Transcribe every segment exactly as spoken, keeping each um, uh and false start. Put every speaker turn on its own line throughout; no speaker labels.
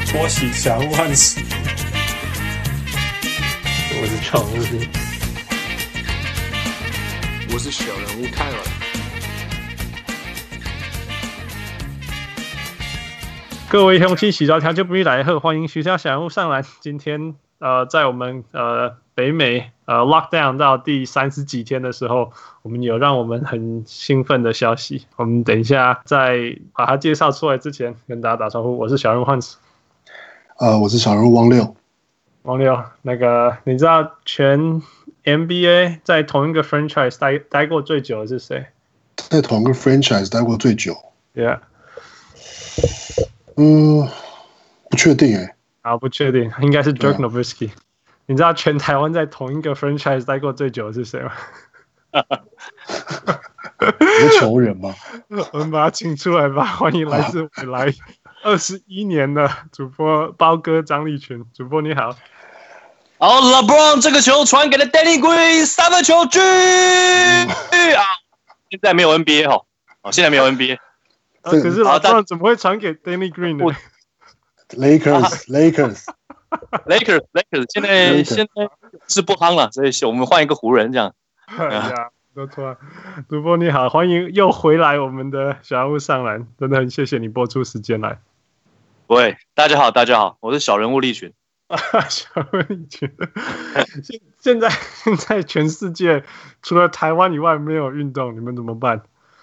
波喜祥万喜，
我是常务，
我是小人物泰尔。
各位乡亲，喜早调就不必来贺，欢迎徐家小人物上来。今天呃，在我们呃北美呃 lockdown 到第三十几天的时候，我们有让我们很兴奋的消息。我们等一下在把它介绍出来之前，跟大家打招呼。我是小人物汉斯，
呃，我是小人物汪六。
汪六，那个你知道全 N B A 在同一个 franchise 待待过最久的是谁？
在同一个 franchise 待过最久
？Yeah，
嗯，不确定哎、欸。
啊，不确定，应该是 Dirk Nowitzki。你知道全台湾在同一个 franchise 待过最久的是谁吗？
你是球员吗？
我们把他请出来吧，欢迎来自未来二十一年的主播包哥张立群。主播你好。
好 ，LeBron 这个球传给了 Danny Green， 三分球狙啊！现在没有 N B A 哈，哦，现在没有 N B A。
啊、可是 LeBron 怎么会传给 Danny Green 呢
？Lakers Lakers
Lakers Lakers 现在现在是不夯了，所以我们换一个湖人这样。
哎呀，都错了。主播你好，欢迎又回来我们的小人物上篮，真的很谢谢你播出时间来。
喂，大家好，大家好，我是小人物立群。
小人物立群。现现在现在全世界除了台湾以外没有运动，你们怎么办？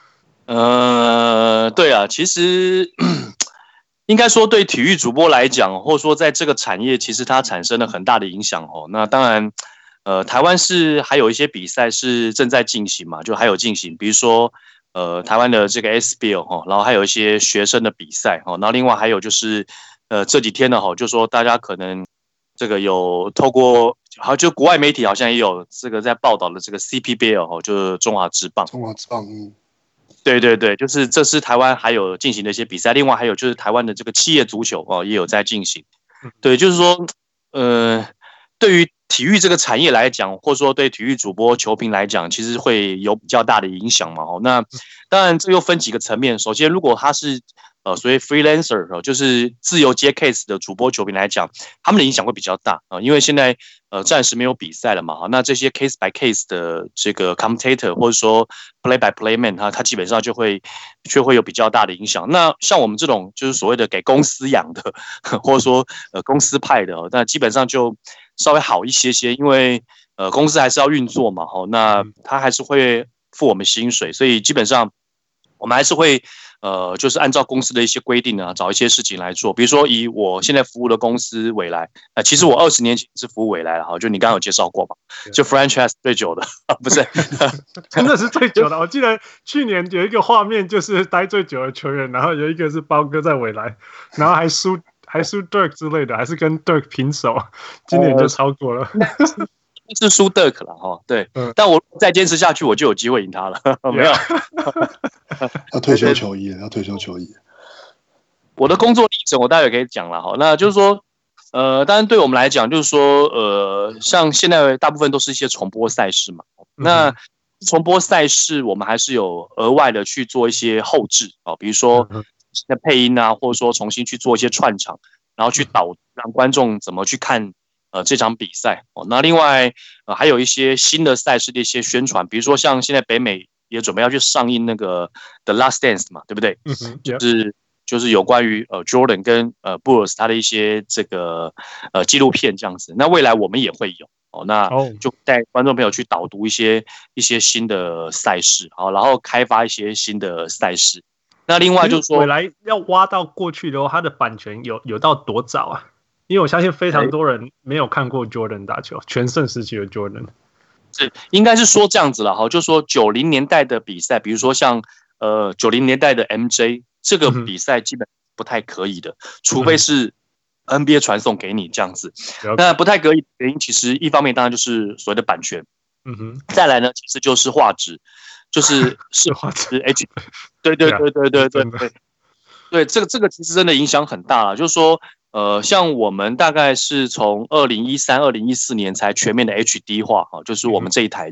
呃，对啊，其实应该说对体育主播来讲，或者说在这个产业，其实它产生了很大的影响哦。那当然，呃，台湾是还有一些比赛是正在进行嘛，就还有进行，比如说呃台湾的这个 S B L 哈，然后还有一些学生的比赛哈，然后另外还有就是呃这几天呢哈，就说大家可能这个有透过，好就国外媒体好像也有这个在报道的这个 C P B L 哈，就是中华职棒，
中华职棒，嗯。
对对对，就是这是台湾还有进行的一些比赛，另外还有就是台湾的这个企业足球哦也有在进行。对，就是说，呃，对于体育这个产业来讲，或者说对体育主播、球评来讲，其实会有比较大的影响嘛。哦，那当然这又分几个层面。首先，如果他是呃所谓 freelancer 就是自由接 case 的主播、球评来讲，他们的影响会比较大啊，因为现在呃暂时没有比赛了嘛。哈，那这些 case by case 的这个 commentator 或者说 play by play man， 他他基本上就会就会有比较大的影响。那像我们这种就是所谓的给公司养的，或者说呃公司派的，那基本上就稍微好一些些，因为呃公司还是要运作嘛。哈，那他还是会付我们薪水，所以基本上我们还是会。呃，就是按照公司的一些规定啊，找一些事情来做。比如说，以我现在服务的公司未来，呃，其实我二十年前是服务未来了哈，就你刚刚有介绍过嘛，就 franchise 最久的，不是，
真的是最久的。我记得去年有一个画面，就是待最久的球员，然后有一个是包哥在未来，然后还输还输 Dirk 之类的，还是跟 Dirk 平手，今年就超过了。
呃是输 Dirk 了哈，对，嗯、但我再坚持下去，我就有机会赢他了。没有，
要退休球衣，要退休球衣。
我的工作历程，我待会可以讲了哈。那就是说，呃，当然对我们来讲，就是说，呃，像现在大部分都是一些重播赛事嘛。那重播赛事，我们还是有额外的去做一些后制啊，比如说那配音啊，或者说重新去做一些串场，然后去导让观众怎么去看。呃，这场比赛哦，那另外呃还有一些新的赛事的一些宣传，比如说像现在北美也准备要去上映那个 The Last Dance 嘛，对不对？嗯哼，就是就是有关于呃 Jordan 跟呃 Bulls 他的一些这个呃纪录片这样子。那未来我们也会有哦，那就带观众朋友去导读一些一些新的赛事，好，然后开发一些新的赛事。那另外就是说，
未来要挖到过去的话，它的版权有有到多早啊？因为我相信非常多人没有看过 Jordan 打球，全盛时期的 Jordan
是应该是说这样子了哈，就说九零年代的比赛，比如说像呃九零年代的 M J 这个比赛基本不太可以的，嗯、除非是 N B A 传送给你这样子。嗯、那不太可以的原因，其实一方面当然就是所谓的版权，嗯哼，再来呢其实就是画质，就是是画质 H， 对对对对对对对，对这个这个其实真的影响很大了，就是说。呃，像我们大概是从二零一三、二零一四年才全面的 H D 化，哈，就是我们这一台这样。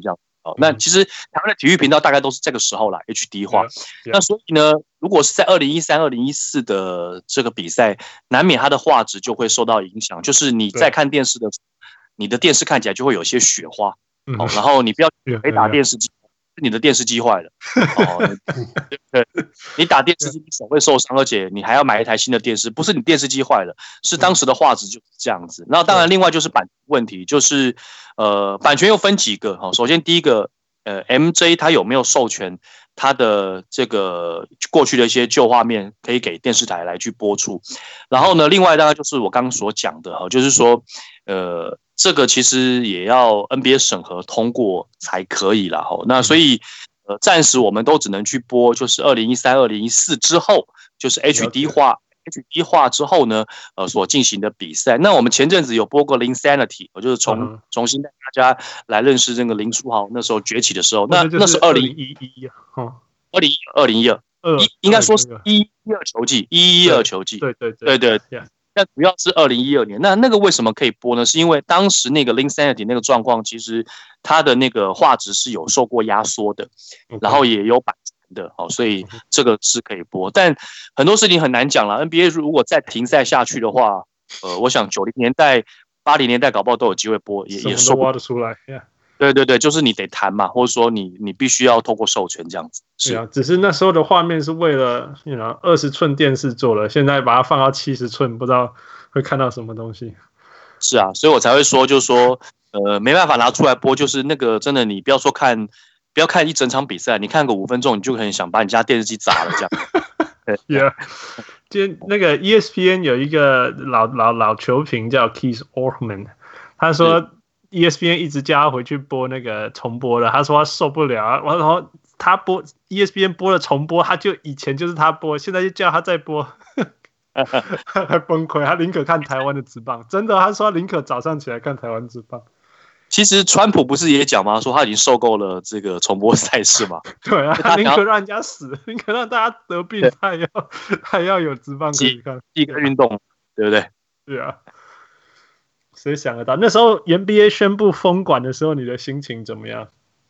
哦，那其实台湾的体育频道大概都是这个时候啦 H D 化。
Yeah, yeah.
那所以呢，如果是在二零一三、二零一四的这个比赛，难免它的画质就会受到影响。就是你在看电视的时候，你的电视看起来就会有些雪花。
嗯、
哦，然后你不要没打
yeah,
电视机， yeah, yeah. 是你的电视机坏了。哦，对，你打电视机你手会受伤，而且你还要买一台新的电视，不是你电视机坏了，是当时的画质就是这样子。然后当然另外就是版权问题，就是呃版权又分几个哈。首先第一个。呃 ，M J 他有没有授权他的这个过去的一些旧画面可以给电视台来去播出？然后呢，另外大概就是我刚刚所讲的哈，就是说，呃，这个其实也要 N B A 审核通过才可以啦哈。那所以呃，暂时我们都只能去播，就是二零一三、二零一四之后，就是 H D 化。H D 化之后呢，呃，所进行的比赛。那我们前阵子有播过 Linsanity， 我就是重、嗯、重新带大家来认识这个林书豪那时候崛起的时候。那那是二零一一啊，二零一二零一二，一应该说是一一二球季，一一二球季。
对对对
对对。那主要是二零一二年，那那个为什么可以播呢？是因为当时那个 Linsanity 那个状况，其实它的那个画质是有受过压缩的， okay. 然后也有版权的，哦，所以这个是可以播。但很多事情很难讲了。N B A 如果再停赛下去的话，呃，我想九零年代、八零年代搞不好都有机会播，也也说
挖得出来。Yeah.
对对对，就是你得谈嘛，或者说你你必须要透过授权这样子。是
啊，只是那时候的画面是为了you know 二十寸电视做了，现在把它放到七十寸，不知道会看到什么东西。
是啊，所以我才会说，就是说，呃，没办法拿出来播，就是那个真的，你不要说看，不要看一整场比赛，你看个五分钟，你就很想把你家电视机砸了这样。
Yeah， 今天那个 E S P N 有一个老老老球评叫 Keith Orman， 他说。E S P N 一直叫他回去播那个重播了，他说他受不了，然后他播 E S P N 播了重播，他就以前就是他播，现在就叫他再播，还崩溃，他宁可看台湾的职棒，真的，他说他宁可早上起来看台湾职棒。
其实川普不是也讲吗？说他已经受够了这个重播赛事嘛。
对啊，他宁可让人家死，宁可让大家得病，他也要他也要有职棒可以看，
一个运动，对不对？
对啊。谁想得到？那时候 N B A 宣布封馆的时候，你的心情怎么样？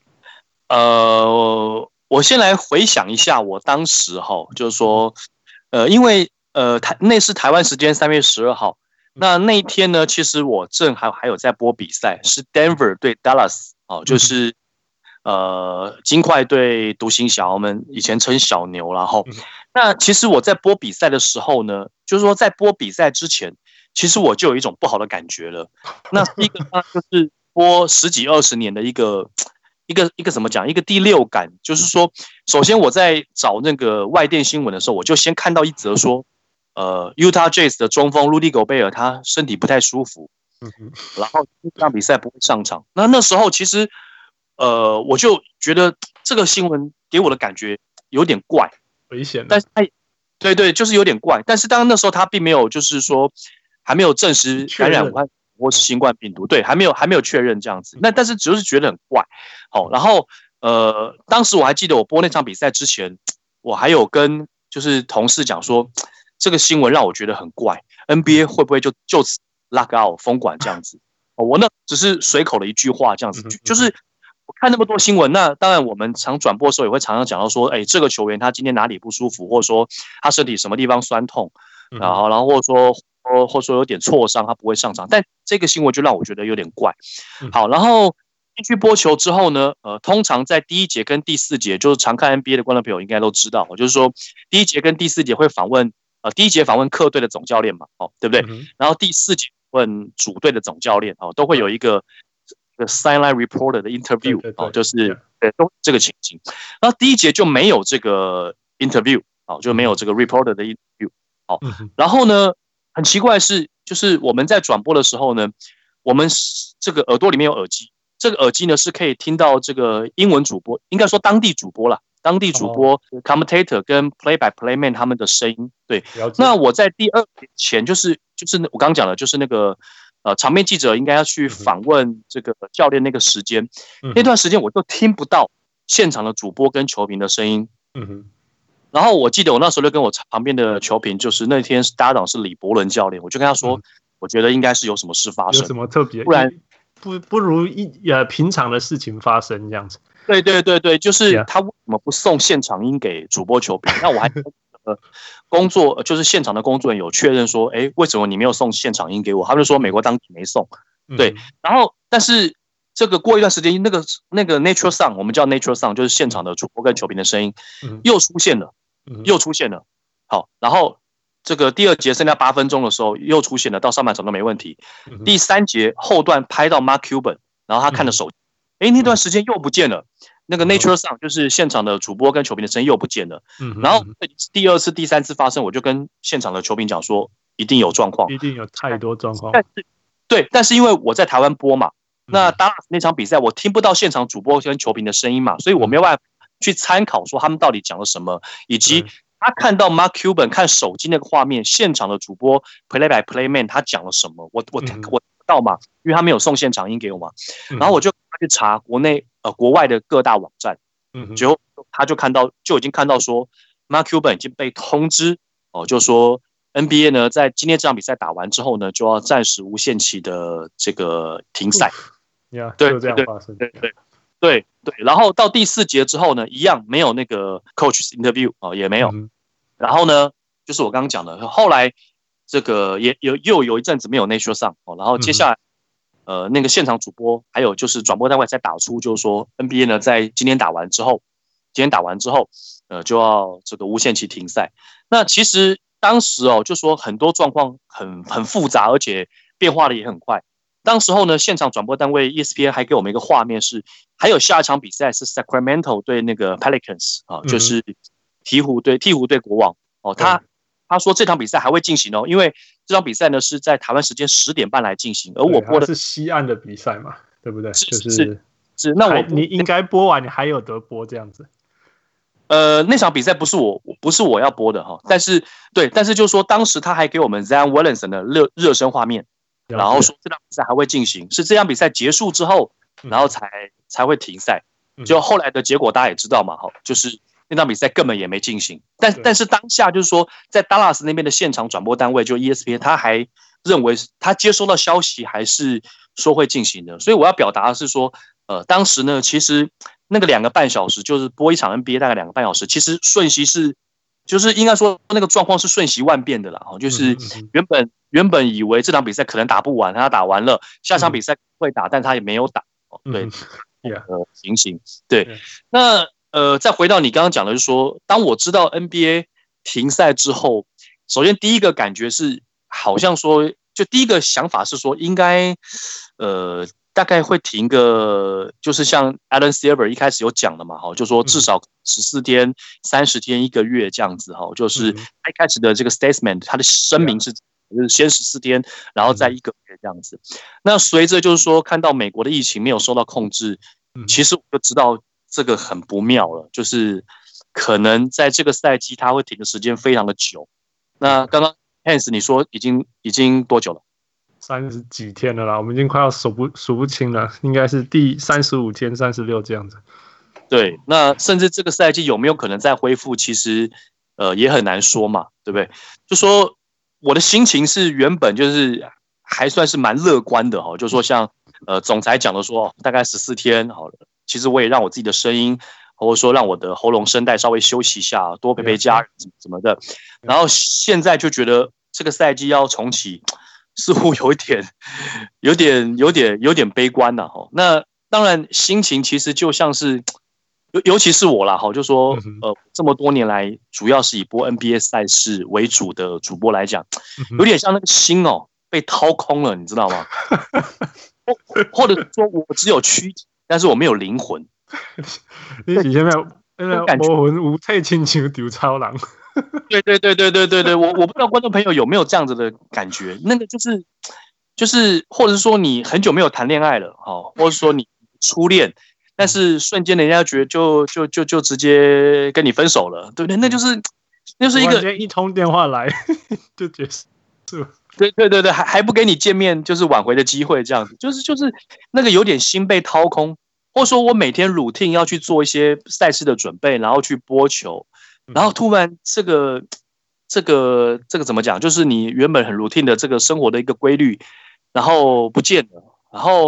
呃，我先来回想一下，我当时哈，就是说，呃，因为呃台那是台湾时间三月十二号，那那一天呢，其实我正还还有在播比赛，是 Denver 对 Dallas 哦，就是呃金块对独行侠，我们以前称小牛，然后那其实我在播比赛的时候呢，就是说在播比赛之前。其实我就有一种不好的感觉了，那一个就是播十几二十年的一个一个一个怎么讲，一个第六感，就是说，首先我在找那个外电新闻的时候，我就先看到一则说，呃 ，Utah Jazz 的中锋 Rudy Gobert 他身体不太舒服，然后这场比赛不会上场。那那时候其实，呃，我就觉得这个新闻给我的感觉有点怪，
危险，
但是他对对，就是有点怪。但是当那时候他并没有就是说。还没有证实感染武汉或是新冠病毒，对，还没有还没有确认这样子。那但是只是觉得很怪，好，然后呃，当时我还记得我播那场比赛之前，我还有跟就是同事讲说，这个新闻让我觉得很怪 ，N B A 会不会就就此 lock out 封馆这样子？我那只是随口的一句话这样子，就是我看那么多新闻，那当然我们常转播的时候也会常常讲到说，哎，这个球员他今天哪里不舒服，或者说他身体什么地方酸痛，然后然后或者说。或或者说有点挫伤，他不会上场，但这个新闻就让我觉得有点怪。好，然后进去播球之后呢，呃，通常在第一节跟第四节，就是常看 N B A 的观众朋友应该都知道，就是说第一节跟第四节会访问，呃，第一节访问客队的总教练嘛，哦，对不对？嗯、然后第四节问主队的总教练，哦，都会有一个一个 sideline reporter 的 interview，
对对对
哦，就是对，都这个情形。然后第一节就没有这个 interview， 哦，就没有这个 reporter 的 interview， 哦，嗯、然后呢？很奇怪的是，就是我们在转播的时候呢，我们这个耳朵里面有耳机，这个耳机呢是可以听到这个英文主播，应该说当地主播啦，当地主播、oh. commentator 跟 play by play man 他们的声音。对，那我在第二节前，就是就是我刚刚讲的，就是那个呃场面记者应该要去访问这个教练那个时间，嗯、那段时间我就听不到现场的主播跟球评的声音。嗯哼。然后我记得我那时候就跟我旁边的球评，就是那天搭档是李伯伦教练，我就跟他说，嗯、我觉得应该是有什么事发生，
有什么特别，
不然
不不如一呃平常的事情发生这样子。
对对对对，就是他为什么不送现场音给主播球评？那我还呃工作就是现场的工作人员有确认说，哎，为什么你没有送现场音给我？他们就说美国当地没送。对，然后但是这个过一段时间，那个那个 Nature Sound， 我们叫 Nature Sound， 就是现场的主播跟球评的声音又出现了，又出现了。好，然后这个第二节剩下八分钟的时候又出现了，到上半场都没问题。第三节后段拍到 Mark Cuban， 然后他看了手机，哎，那段时间又不见了。那个 Nature Sound 就是现场的主播跟球评的声音又不见了。然后第二次、第三次发生，我就跟现场的球评讲说，一定有状况，
一定有太多状况。
但是对，但是因为我在台湾播嘛，那达拉斯那场比赛我听不到现场主播跟球评的声音嘛，所以我没有办法去参考说他们到底讲了什么，以及他看到 Mark Cuban 看手机那个画面，现场的主播 Play by Play Man 他讲了什么，我我我听不到嘛，因为他没有送现场音给我嘛，然后我就去查国内呃国外的各大网站，结果他就看到就已经看到说 Mark Cuban 已经被通知哦，就说 N B A 呢在今天这场比赛打完之后呢，就要暂时无限期的这个停赛。
Yeah, 对对对
对对对对，然后到第四节之后呢，一样没有那个 coach interview 哦，也没有。嗯、然后呢，就是我刚刚讲的，后来这个也有又有一阵子没有 Nature Sound哦，然后接下来、嗯、呃那个现场主播还有就是转播单位再打出，就是说 N B A 呢在今天打完之后，今天打完之后，呃就要这个无限期停赛。那其实当时哦，就说很多状况很很复杂，而且变化的也很快。当时候呢，现场转播单位 E S P N 还给我们一个画面是，还有下一场比赛是 Sacramento 对那个 Pelicans 啊，就是鹈鹕对鹈鹕对国王哦，他他说这场比赛还会进行哦，因为这场比赛呢是在台湾时间十点半来进行，而我播的
是西岸的比赛嘛，对不对？
是
就是
是是，那我
你应该播完，你还有得播这样子。
呃，那场比赛不是我不是我要播的哈，但是对，但是就是说当时他还给我们 Zion Williamson 的热热身画面。然后说这场比赛还会进行，是这场比赛结束之后，然后才才会停赛。就后来的结果大家也知道嘛，哈，就是那场比赛根本也没进行。但但是当下就是说，在 Dallas 那边的现场转播单位就 E S P N， 他还认为他接收到消息还是说会进行的。所以我要表达的是说，呃，当时呢，其实那个两个半小时就是播一场 N B A 大概两个半小时，其实瞬息是就是应该说那个状况是瞬息万变的啦，就是原本。原本以为这场比赛可能打不完，他打完了，下场比赛会打，但他也没有打。对，呃，情形对。那呃，再回到你刚刚讲的，就是说，当我知道 N B A 停赛之后，首先第一个感觉是，好像说，就第一个想法是说，应该呃，大概会停个，就是像 Adam Silver 一开始有讲的嘛，哈，就说至少十四天、三十天、一个月这样子，哈，就是他一开始的这个 statement， 他的声明是。就是先十四天，然后再一个月这样子。那随着就是说看到美国的疫情没有受到控制，其实我就知道这个很不妙了，就是可能在这个赛季它会停的时间非常的久。那刚刚 Hans 你说已经已经多久了？
三十几天了啦，我们已经快要数不数不清了，应该是第三十五天、三十六这样子。
对，那甚至这个赛季有没有可能再恢复，其实呃也很难说嘛，对不对？就说。我的心情是原本就是还算是蛮乐观的哈，就说像呃总裁讲的说大概十四天好了，其实我也让我自己的声音或者说让我的喉咙声带稍微休息一下，多陪陪家人什么的。然后现在就觉得这个赛季要重启，似乎有一点有点有点有点悲观了哈。那当然心情其实就像是。尤尤其是我啦，哈，就说呃，这么多年来，主要是以播 N B A 赛事为主的主播来讲，有点像那个心哦被掏空了，你知道吗？或者说我只有躯体，但是我没有灵魂。
你以前没有那个魔魂无退亲像丢超人。
对对对对对对对，我我不知道观众朋友有没有这样子的感觉，那个就是就是，或者是说你很久没有谈恋爱了，哈，或者说你初恋。但是瞬间人家觉得就就就就直接跟你分手了，对不对？那就是那就是一个
一通电话来就结束，
对对对对，还还不给你见面就是挽回的机会，这样子就是就是那个有点心被掏空，或者说我每天 routine 要去做一些赛事的准备，然后去播球，然后突然这个这个这个怎么讲？就是你原本很 routine 的这个生活的一个规律，然后不见了，然后。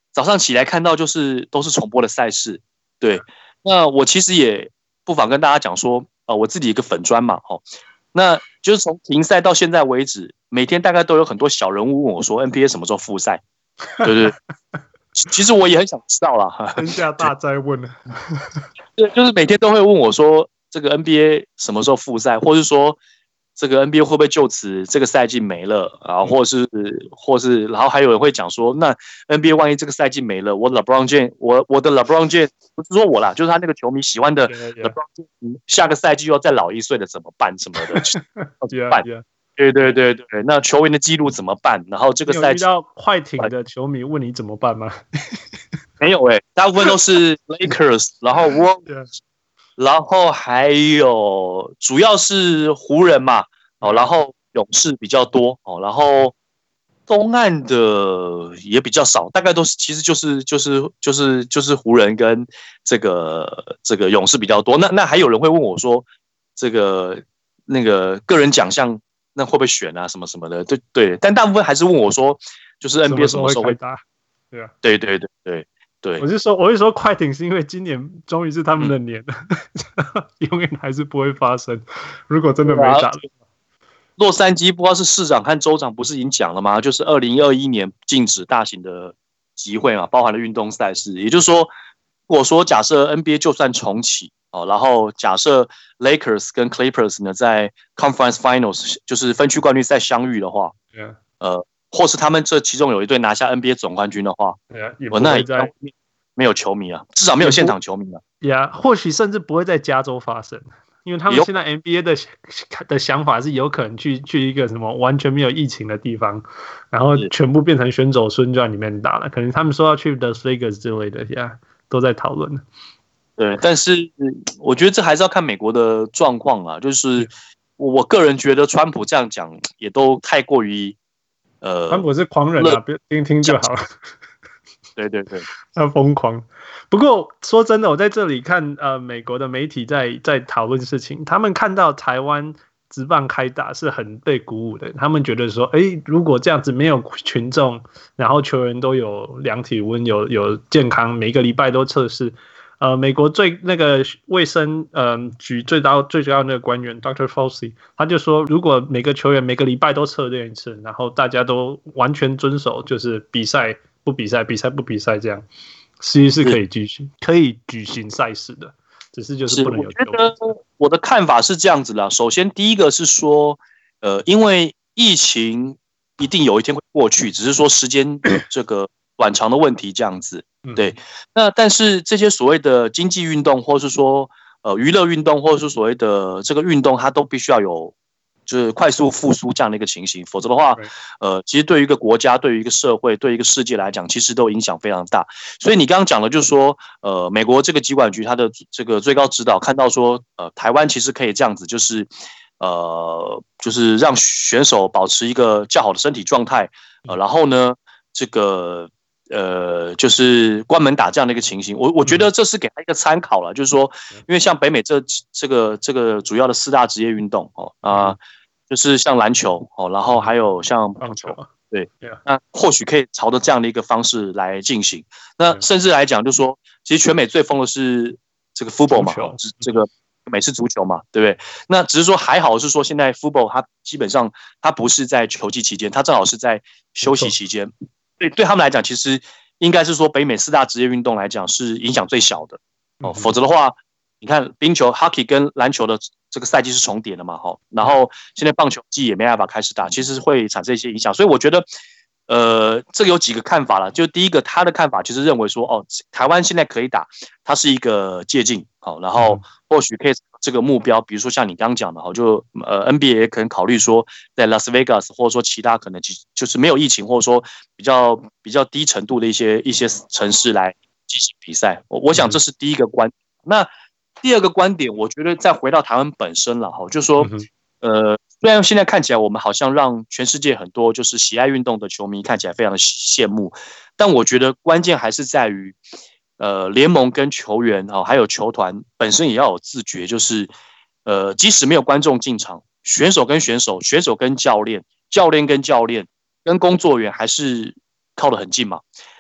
早上起来看到就是都是重播的赛事，对。那我其实也不妨跟大家讲说，呃，我自己一个粉专嘛，哦，那就是从停赛到现在为止，每天大概都有很多小人物问我说 ，N B A 什么时候复赛？对对。其实我也很想知道啦，
天下大灾问了。
对，就是每天都会问我说，这个 N B A 什么时候复赛，或是说这个 N B A 会不会就此这个赛季没了啊？或是或是，然后还有人会讲说，那 N B A 万一这个赛季没了，我 LeBron James， 我我的 LeBron James 不是说我啦，就是他那个球迷喜欢的 LeBron James， 下个赛季又要再老一岁的怎么办？什么的，怎么办？对对对对，那球员的记录怎么办？然后这个赛季
有遇到快艇的球迷问你怎么办吗？
没有哎、欸，大部分都是 Lakers， 然后 Warriors， 然后还有主要是湖人嘛，哦，然后勇士比较多哦，然后东岸的也比较少，大概都是其实就是就是就是就是湖人跟这个这个勇士比较多。那那还有人会问我说，这个那个个人奖项。那会不会选啊？什么什么的，对对，但大部分还是问我说，就是 N B A 什么时候会
打？对啊，
对对对对对。
我是说，我是说，快艇是因为今年终于是他们的年了，嗯、永远还是不会发生。如果真的没打，
洛杉矶不知道是市长和州长不是已经讲了吗？就是二零二一年禁止大型的集会嘛，包含了运动赛事。也就是说，如果说假设 N B A 就算重启。哦，然后假设 Lakers 跟 Clippers 呢在 Conference Finals 就是分区冠军赛相遇的话，
yeah.
呃，或是他们这其中有一队拿下 N B A 总冠军的话，
我、
yeah, 那也没有球迷啊，至少没有现场球迷啊。
呀， yeah, 或许甚至不会在加州发生，因为他们现在 N B A 的的想法是有可能去去一个什么完全没有疫情的地方，然后全部变成选手村就在里面打了，可能他们说要去 Las Vegas 之类的，呀、yeah, ，都在讨论。
对，但是我觉得这还是要看美国的状况啊。就是我个人觉得，川普这样讲也都太过于呃，
川普是狂人啊，听听就好了。
对对对，
他疯狂。不过说真的，我在这里看呃美国的媒体在在讨论事情，他们看到台湾职棒开打是很被鼓舞的。他们觉得说，哎，如果这样子没有群众，然后球员都有量体温，有有健康，每个礼拜都测试。呃，美国最那个卫生呃局最高最高那个官员 Doctor Fauci， 他就说，如果每个球员每个礼拜都测验一次，然后大家都完全遵守，就是比赛不比赛，比赛不比赛这样，其实是可以举行可以举行赛事的，只是就是不能有球员。
我觉得我的看法是这样子啦。首先，第一个是说，呃，因为疫情一定有一天会过去，只是说时间这个短长的问题这样子。对，那但是这些所谓的经济运动，或是说呃娱乐运动，或者是所谓的这个运动，它都必须要有就是快速复苏这样的一个情形，否则的话，呃，其实对于一个国家、对于一个社会、对于一个世界来讲，其实都影响非常大。所以你刚刚讲的，就是说，呃，美国这个疾管局它的这个最高指导看到说，呃，台湾其实可以这样子，就是呃，就是让选手保持一个较好的身体状态，呃，然后呢，这个。呃，就是关门打这样的一个情形，我我觉得这是给他一个参考了，就是说，因为像北美这这个这个主要的四大职业运动哦啊、呃，就是像篮球哦，然后还有像棒球，对，那或许可以朝着这样的一个方式来进行。那甚至来讲，就是说，其实全美最疯的是这个 football 嘛，这个美式足球嘛，对不对？那只是说还好是说，现在 football 它基本上它不是在球季期间，它正好是在休息期间。对，对他们来讲，其实应该是说北美四大职业运动来讲是影响最小的哦。否则的话，你看冰球、hockey 跟篮球的这个赛季是重叠的嘛，哈。然后现在棒球季也没办法开始打，其实会产生一些影响。所以我觉得，呃，这个有几个看法了。就第一个，他的看法就是认为说，哦，台湾现在可以打，它是一个借鉴，好，然后或许可以这个目标，比如说像你刚刚讲的，哈，就呃 N B A 可能考虑说，在 Las Vegas 或者说其他可能就是没有疫情或者说比较比较低程度的一些一些城市来进行比赛。我我想这是第一个观点。那第二个观点，我觉得再回到台湾本身了，哈，就是说，呃。虽然现在看起来我们好像让全世界很多就是喜爱运动的球迷看起来非常的羡慕，但我觉得关键还是在于，呃，联盟跟球员啊，还有球团本身也要有自觉，就是呃，即使没有观众进场，选手跟选手、选手跟教练、教练跟教练跟工作人员还是靠得很近嘛。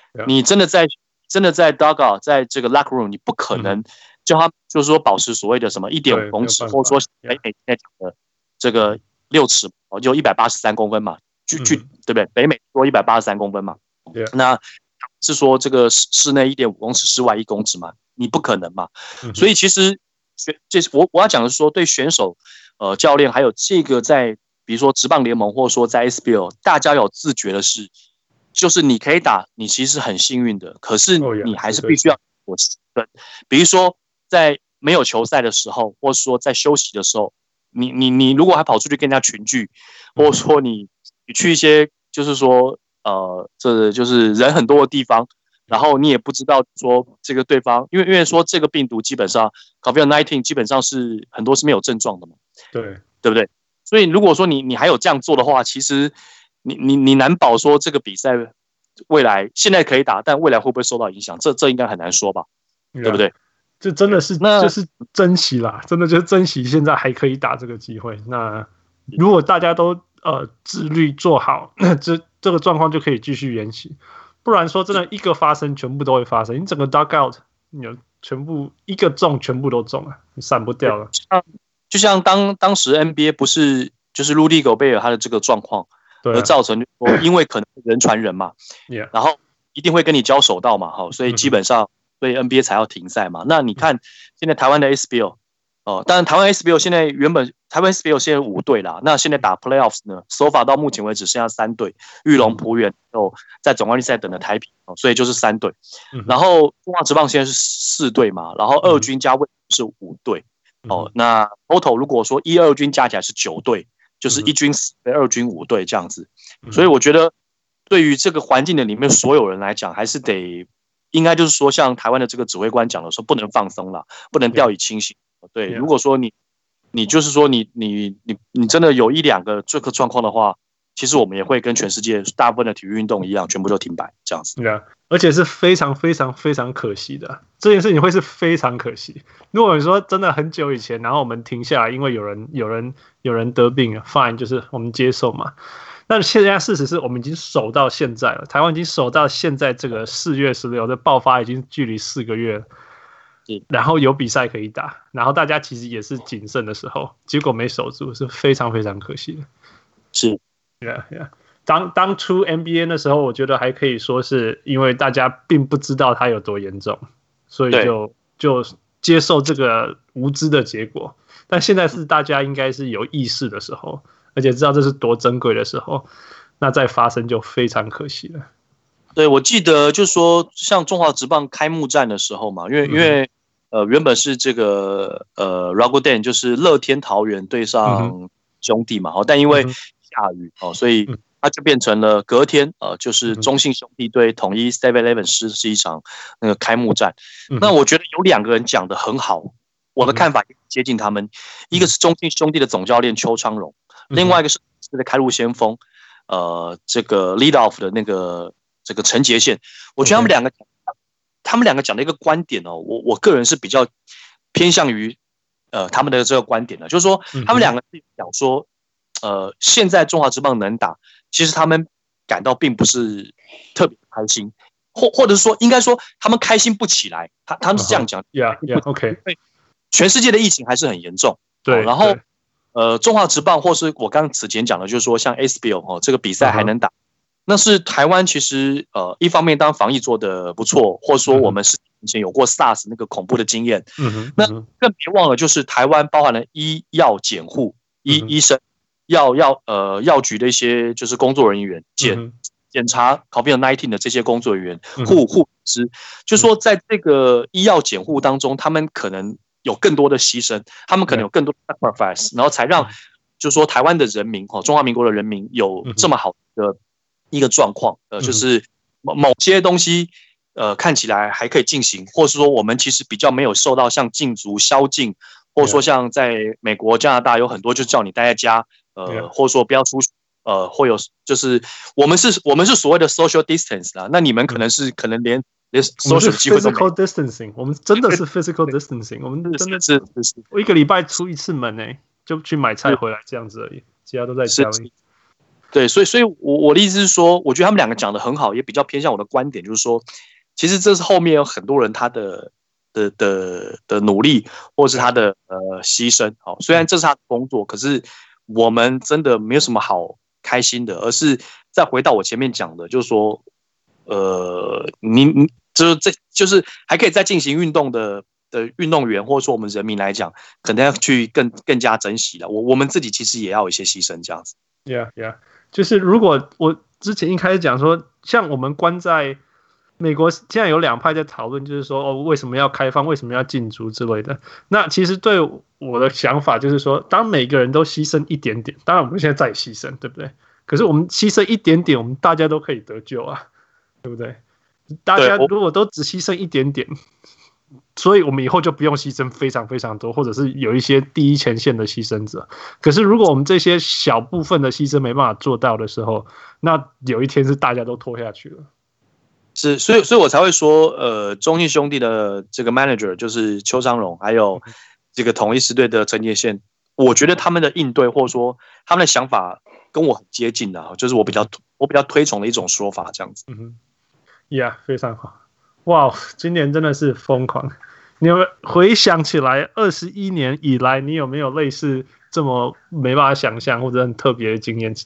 你真的在真的在 dugout 在这个 locker room， 你不可能叫他就是说保持所谓的什么一点五公尺，或者说北美现在讲的这个六尺，就一百八十三公分嘛，距距、嗯、对不对？北美说一百八十三公分嘛，
yeah.
那是说这个室内一点五公尺，室外一公尺嘛，你不可能嘛。嗯、所以其实这我我要讲的是说，对选手、呃教练还有这个在比如说职棒联盟或者说在 S B L， 大家有自觉的是，就是你可以打，你其实很幸运的，可是你还是必须要有十分。比如说在没有球赛的时候，或者说在休息的时候，你你你如果还跑出去跟人家群聚，或者说你你去一些就是说呃这就是人很多的地方，然后你也不知道说这个对方，因为因为说这个病毒基本上 COVID 十九 基本上是很多是没有症状的嘛，
对
对不对？所以如果说你你还有这样做的话，其实你你你难保说这个比赛未来现在可以打，但未来会不会受到影响？这这应该很难说吧，对, 对不对？
这真的是就是珍惜啦，真的就是珍惜现在还可以打这个机会。那如果大家都呃自律做好，这这个状况就可以继续延期。不然说真的，一个发生全部都会发生，你整个 dugout 你有全部一个中全部都中了，你闪不掉了。
就像当当时 N B A 不是就是鲁迪狗贝尔他的这个状况，而造成说因为可能人传人嘛，然后一定会跟你交手到嘛，所以基本上所以 N B A 才要停赛嘛。那你看现在台湾的 S B L 哦，当然台湾 S B L 现在原本台湾 S B L 现在五队啦，那现在打 Playoffs 呢，手法到目前为止剩下三队，裕隆、璞园哦，在总冠军赛等的台啤哦，所以就是三队。然后中华职棒现在是四队嘛，然后二军加卫是五队。哦，那 total 如果说一二军加起来是九队，就是一军四队，二军五队这样子。所以我觉得，对于这个环境的里面所有人来讲，还是得应该就是说，像台湾的这个指挥官讲的说，不能放松了，不能掉以轻心。对，如果说你你就是说你你你你真的有一两个这个状况的话，其实我们也会跟全世界大部分的体育运动一样，全部都停摆这样子。
对啊，而且是非常非常非常可惜的，这件事情会是非常可惜。如果你说真的很久以前，然后我们停下来，因为有人有人有人得病了 ，fine， 就是我们接受嘛。但现在事实是我们已经守到现在了，台湾已经守到现在这个四月十六的爆发已经距离四个月了。然后有比赛可以打，然后大家其实也是谨慎的时候，结果没守住，是非常非常可惜的。
是。
Yeah, yeah. 当当初 N B A 的时候，我觉得还可以说是因为大家并不知道它有多严重，所以就就接受这个无知的结果。但现在是大家应该是有意识的时候，而且知道这是多珍贵的时候，那再发生就非常可惜了。
对，我记得就是说，像中华职棒开幕战的时候嘛，因为、嗯、因为呃原本是这个呃 Rakuten 就是乐天桃园对上兄弟嘛，嗯、但因为下雨哦，所以它就变成了隔天呃，就是中信兄弟对统一 seven eleven 是是一场那个开幕战。嗯、那我觉得有两个人讲得很好，我的看法也接近他们，嗯、一个是中信兄弟的总教练邱昌荣，嗯、另外一个是这个开路先锋，呃，这个 lead off 的那个这个陈杰宪。我觉得他们两个， okay. 他们两个讲的一个观点哦，我我个人是比较偏向于呃他们的这个观点的，就是说他们两个是讲说。呃，现在中华职棒能打，其实他们感到并不是特别开心，或或者是说，应该说他们开心不起来。他他们是这样讲
，Yeah, yeah, OK。
全世界的疫情还是很严重，
对。
然后，呃，中华职棒或是我刚刚此前讲的，就是说像 S B L 哦，这个比赛还能打， uh-huh. 那是台湾其实呃一方面当防疫做得不错，或者说我们是以前有过 SARS 那个恐怖的经验，嗯哼，那更别忘了就是台湾包含了医药检护医、嗯、医生。药药呃药局的一些就是工作人员检检查 COVID 十九 的这些工作人员护护师，就说在这个医药检护当中，他们可能有更多的牺牲，他们可能有更多的 sacrifice， 然后才让就是说台湾的人民哦，中华民国的人民有这么好的一个状况，呃，就是某某些东西呃看起来还可以进行，或是说我们其实比较没有受到像禁足、宵禁，或者说像在美国、加拿大有很多就叫你待在家。呃，或者说不要出去，呃，会有就是我们是，我们是所谓的 social distance 啦，那你们可能是可能连连 social 机会都没有。
physical distancing， 我们真的是 physical distancing， 我们真的
是是是，
我一个礼拜出一次门诶，就去买菜回来这样子而已，其他都在家里。
对，所以所以我我的意思是说，我觉得他们两个讲的很好，也比较偏向我的观点，就是说，其实这是后面有很多人他的的的的努力，或是他的呃牺牲。好，虽然这是他的工作，可是我们真的没有什么好开心的，而是再回到我前面讲的，就是说，呃，你你就是这就是还可以再进行运动的。的运动员，或者说我们人民来讲，可能要去更更加珍惜了。我我们自己其实也要有一些牺牲，这样子。
Yeah, yeah， 就是如果我之前一开始讲说，像我们关在美国，现在有两派在讨论，就是说哦，为什么要开放，为什么要禁足之类的。那其实对我的想法就是说，当每个人都牺牲一点点，当然我们现在在牺牲，对不对？可是我们牺牲一点点，我们大家都可以得救啊，对不对？大家如果都只牺牲一点点。所以我们以后就不用牺牲非常非常多，或者是有一些第一前线的牺牲者。可是如果我们这些小部分的牺牲没办法做到的时候，那有一天是大家都拖下去了。
是，所以所以我才会说，呃，中信兄弟的这个 manager 就是邱昌荣，还有这个统一狮队的陈杰宪，我觉得他们的应对或者说他们的想法跟我很接近的，就是我比较我比较推崇的一种说法，这样子。
嗯哼 ，Yeah， 非常好。哇，今年真的是疯狂！你有没有回想起来，二十一年以来，你有没有类似这么没办法想象或者很特别的经验？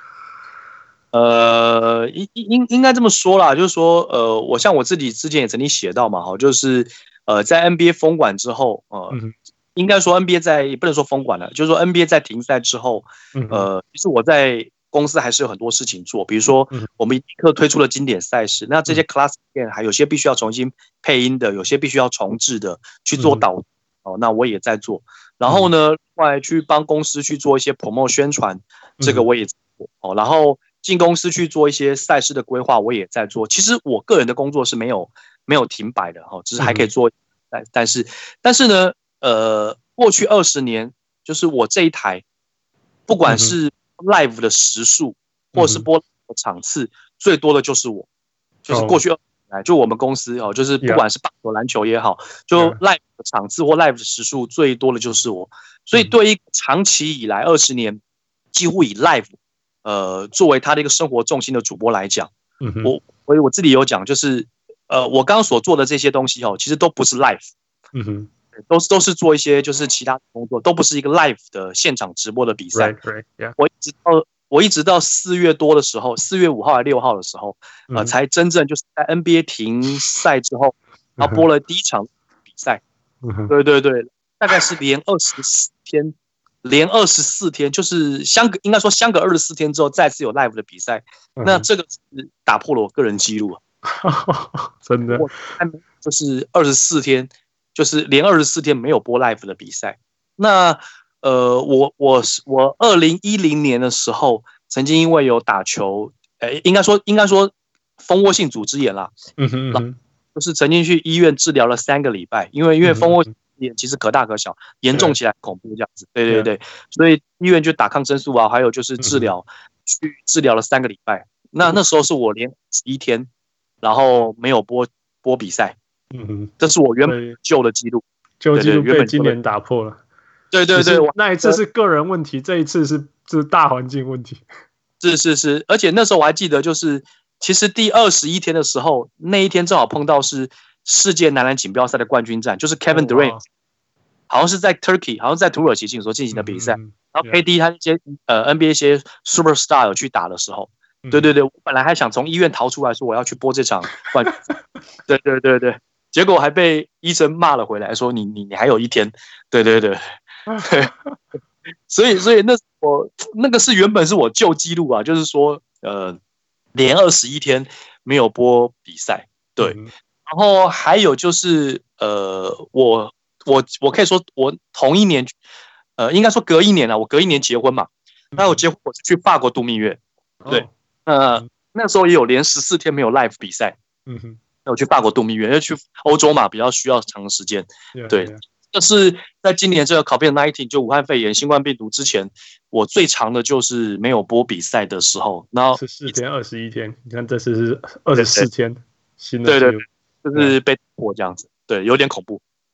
呃，应应应该这么说啦，就是说，呃，我像我自己之前也曾经写到嘛，哈，就是呃，在 N B A 封馆之后，呃，嗯、应该说 N B A 在也不能说封馆了，就是说 N B A 在停赛之后，呃，其实我在公司还是有很多事情做，比如说我们立刻推出了经典赛事，那这些 class 片还有些必须要重新配音的，有些必须要重制的，去做导哦，那我也在做。然后呢，另外去帮公司去做一些 promote 宣传，这个我也在做哦。然后进公司去做一些赛事的规划，我也在做。其实我个人的工作是没有没有停摆的哈，只是还可以做，但但是但是呢，呃，过去二十年，就是我这一台，不管是live 的时数，或是播的场次，最多的就是我，就是过去二十年来，就我们公司哦，就是不管是棒球、篮球也好，就 live 的场次或 live 的时数最多的就是我。所以对于长期以来二十年，几乎以 live 呃作为他的一个生活重心的主播来讲，我我我自己有讲，就是呃我刚刚所做的这些东西哦，其实都不是 live， 嗯哼。都是都是做一些就是其他工作，都不是一个 live 的现场直播的比赛。
Right, right, yeah.
我一直到我一直到四月多的时候，四月五号还是六号的时候，呃，嗯、才真正就是在 N B A 停赛之后，然后播了第一场比赛。嗯、对对对，大概是连二十四天，连二十四天，就是相隔应该说相隔二十四天之后再次有 live 的比赛。嗯、那这个是打破了我个人纪录啊！
真的，
就是二十四天。就是连二十四天没有播 live 的比赛。那呃，我我我二零一零年的时候，曾经因为有打球，呃，应该说应该说蜂窝性组织炎啦，嗯哼嗯哼，就是曾经去医院治疗了三个礼拜，因为因为蜂窝炎其实可大可小，严重起来恐怖这样子，对对对，所以医院就打抗生素啊，还有就是治疗，去治疗了三个礼拜。那那时候是我连十一天，然后没有播播比赛。嗯哼，这是我原本旧的记录，
旧记录被今年打破了。
对对对，
那一次是个人问题，这一次是是大环境问题。
是是是，而且那时候我还记得，就是其实第二十一天的时候，那一天正好碰到是世界男篮锦标赛的冠军战，就是 Kevin Durant，、oh, wow. 好像是在 Turkey， 好像在土耳其所进行的比赛。嗯、然后 K D 他一些呃 N B A 一些 Superstar 有去打的时候。嗯、对对对，我本来还想从医院逃出来，说我要去播这场冠军赛。对对对对。结果还被医生骂了回来，说你你你还有一天，对对对对，所以所以那我那个是原本是我旧记录啊，就是说呃连二十一天没有播比赛，对，嗯、然后还有就是呃我我我可以说我同一年呃应该说隔一年啊，我隔一年结婚嘛，那我结婚我是去法国度蜜月，对，呃、嗯、那时候也有连十四天没有 live 比赛，嗯哼。我去法国度蜜月，因为去欧洲嘛，比较需要长时间。Yeah, 对，这、yeah. 是在今年这个 COVID 十九 就武汉肺炎新冠病毒之前，我最长的就是没有播比赛的时候。然后
十四天、二十一天，你看这次是二十四天，新的
对对，就是被破这样子，对，有点恐怖。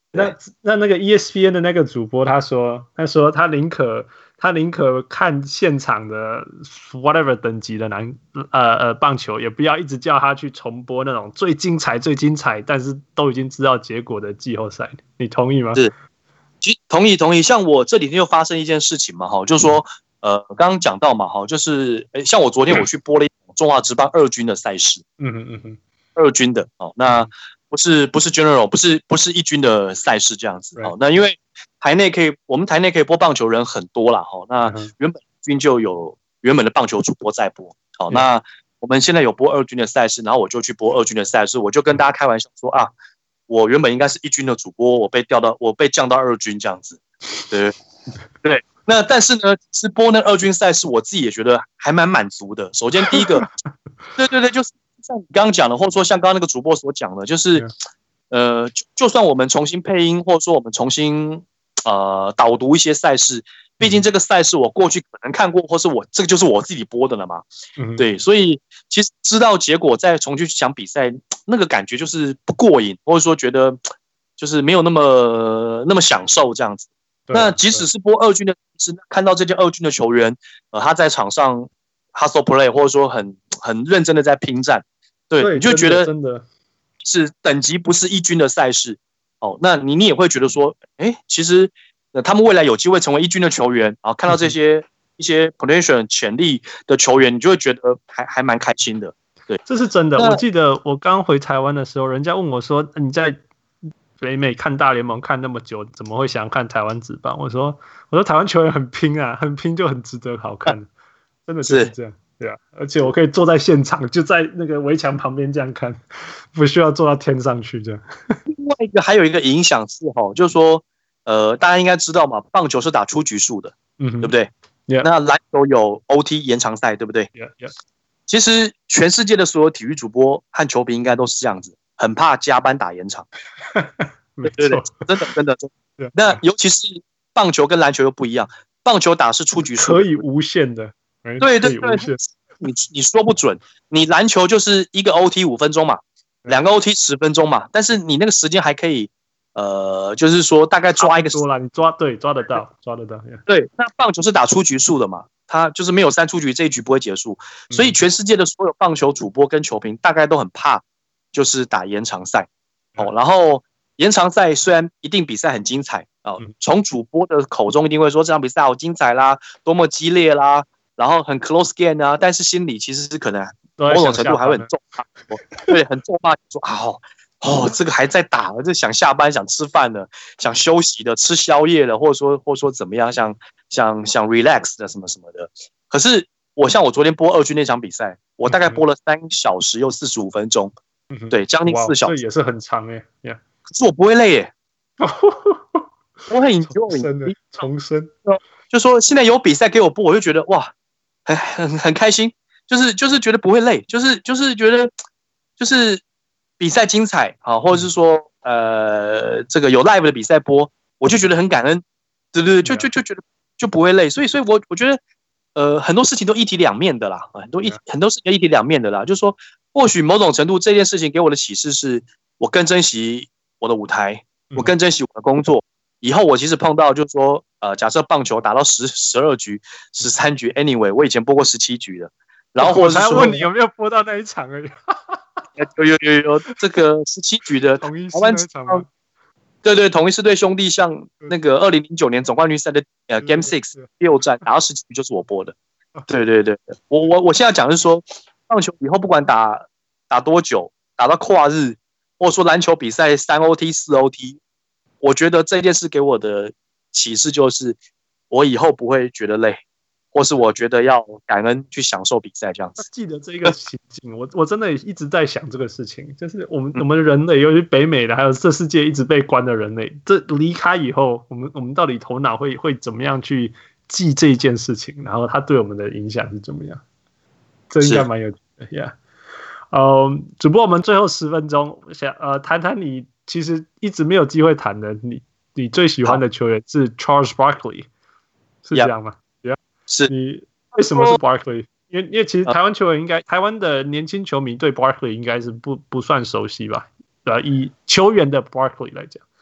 那那那个 E S P N 的那个主播他说，他说他宁可他宁可看现场的 whatever 等级的篮呃呃棒球，也不要一直叫他去重播那种最精彩最精彩，但是都已经知道结果的季后赛。你同意吗？
是，同意同意。像我这几天又发生一件事情嘛，哈，就是说，呃，刚刚讲到嘛，哈，就是像我昨天我去播了一场中华职棒二军的赛事，
嗯哼嗯哼，
二军的哦，那不是不是 general， 不是不是一军的赛事这样子，好，那因为台内可以，我们台内可以播棒球人很多啦，哈，那原本军就有原本的棒球主播在播，好，那我们现在有播二军的赛事，然后我就去播二军的赛事，我就跟大家开玩笑说啊，我原本应该是一军的主播，我被调到我被降到二军这样子，对对。那但是呢，是播那二军赛事，我自己也觉得还蛮满足的。首先第一个，对对对，就是像你刚刚讲的，或者说像刚刚那个主播所讲的，就是，呃，就就算我们重新配音，或者说我们重新呃导读一些赛事，毕竟这个赛事我过去可能看过，或是我这个就是我自己播的了嘛，嗯、对，所以其实知道结果再重新去想比赛，那个感觉就是不过瘾，或者说觉得就是没有那么那么享受这样子。那即使是播二军的，是看到这些二军的球员，呃，他在场上 hustle play， 或者说很很认真的在拼战，对，对你就觉得
真的
是等级不是一军的赛事，哦，那你你也会觉得说，哎，其实、呃、他们未来有机会成为一军的球员，然后看到这些、嗯、一些 potential 潜力的球员，你就会觉得还还蛮开心的，对，
这是真的。我记得我刚回台湾的时候，人家问我说，你在北美看大联盟看那么久，怎么会想看台湾职棒？我说，我说台湾球员很拼啊，很拼就很值得好看，真的就是这样，对啊。而且我可以坐在现场，就在那个围墙旁边这样看，不需要坐到天上去这样。
另外一个还有一个影响是哈，就是说，呃，大家应该知道嘛，棒球是打出局数的，嗯，对不对？
Yeah.
那篮球有 O T 延长赛，对不对？
Yeah, yeah.
其实全世界的所有体育主播和球评应该都是这样子。很怕加班打延长，对对对，真的真的真的。那尤其是棒球跟篮球又不一样，棒球打是出局数，
可以无限的，
对对对，你你说不准，你篮球就是一个 O T 五分钟嘛，两个 O T 十分钟嘛，但是你那个时间还可以，呃，就是说大概抓一个
多了，你抓对抓得到，抓得到。Yeah.
对，那棒球是打出局数的嘛，它就是没有三出局，这一局不会结束，所以全世界的所有棒球主播跟球评大概都很怕。就是打延长赛，哦，然后延长赛虽然一定比赛很精彩啊，哦，从主播的口中一定会说这场比赛好精彩啦，多么激烈啦，然后很 close game 啊，但是心里其实是可能某种程度还会很重骂，对，很重骂说啊，哦，哦，这个还在打，这想下班想吃饭的，想休息的，吃宵夜的，或者说或者说怎么样，想想想 relax 的什么什么的。可是我像我昨天播二军那场比赛，我大概播了三小时又四十五分钟。对，将近四小时，
这也是很长哎、欸。
可是我不会累耶，我很 enjoy
重生的重生。
就说现在有比赛给我播，我就觉得哇，很很很开心，就是就是觉得不会累，就是就是觉得就是比赛精彩啊，或者是说呃这个有 live 的比赛播，我就觉得很感恩，对对对，就就就觉得就不会累，所以所以我我觉得呃很多事情都一体两面的啦，很多一很多事情一体两面的啦，就是说。或许某种程度这件事情给我的启示是，我更珍惜我的舞台，我更珍惜我的工作。以后我其实碰到就是说，呃，假设棒球打到十十二局、十三局 ，anyway， 我以前播过十七局的，然后或者是说，
我才问你有没有播到那一场而已。
有有有有这个十七局的
台湾那场吗？
对对，统一狮对兄弟像那个二零零九年总冠军赛的呃 Game Six 六战打到十七局就是我播的。对对对，我我我现在讲的是说。棒球以后不管打打多久，打到跨日，或者说篮球比赛三 O T 四 O T， 我觉得这件事给我的启示就是，我以后不会觉得累，或是我觉得要感恩去享受比赛这样子。
记得这个情景，我我真的一直在想这个事情，就是我们我们人类，尤其北美的，还有这世界一直被关的人类，这离开以后，我们我们到底头脑会会怎么样去记这件事情，然后它对我们的影响是怎么样？这应该蛮有趣的 ，Yeah。嗯，只不过我们最后十分钟想呃谈谈你其实一直没有机会谈的，你你最喜欢的球员是 Charles Barkley， 是这样吗 ？Yeah，
是。
你为什么是 Barkley？ 因为因为其实台湾球员应该，台湾的年轻球迷对 Barkley 应该是不不算熟悉吧？呃，以球员的 Barkley 来讲，